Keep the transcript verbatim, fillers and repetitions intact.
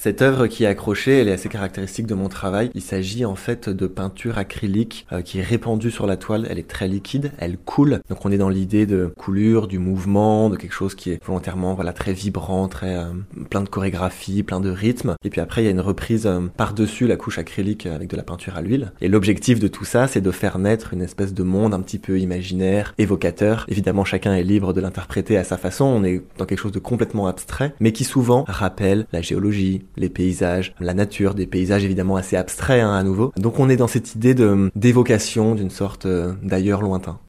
Cette œuvre qui est accrochée, elle est assez caractéristique de mon travail. Il s'agit en fait de peinture acrylique euh, qui est répandue sur la toile. Elle est très liquide, elle coule. Donc on est dans l'idée de coulure, du mouvement, de quelque chose qui est volontairement voilà très vibrant, très euh, plein de chorégraphie, plein de rythme. Et puis après il y a une reprise euh, par-dessus la couche acrylique avec de la peinture à l'huile. Et l'objectif de tout ça, c'est de faire naître une espèce de monde un petit peu imaginaire, évocateur. Évidemment, chacun est libre de l'interpréter à sa façon. On est dans quelque chose de complètement abstrait, mais qui souvent rappelle la géologie, les paysages, la nature, des paysages évidemment assez abstraits hein, à nouveau. Donc on est dans cette idée de d'évocation d'une sorte euh, d'ailleurs lointain.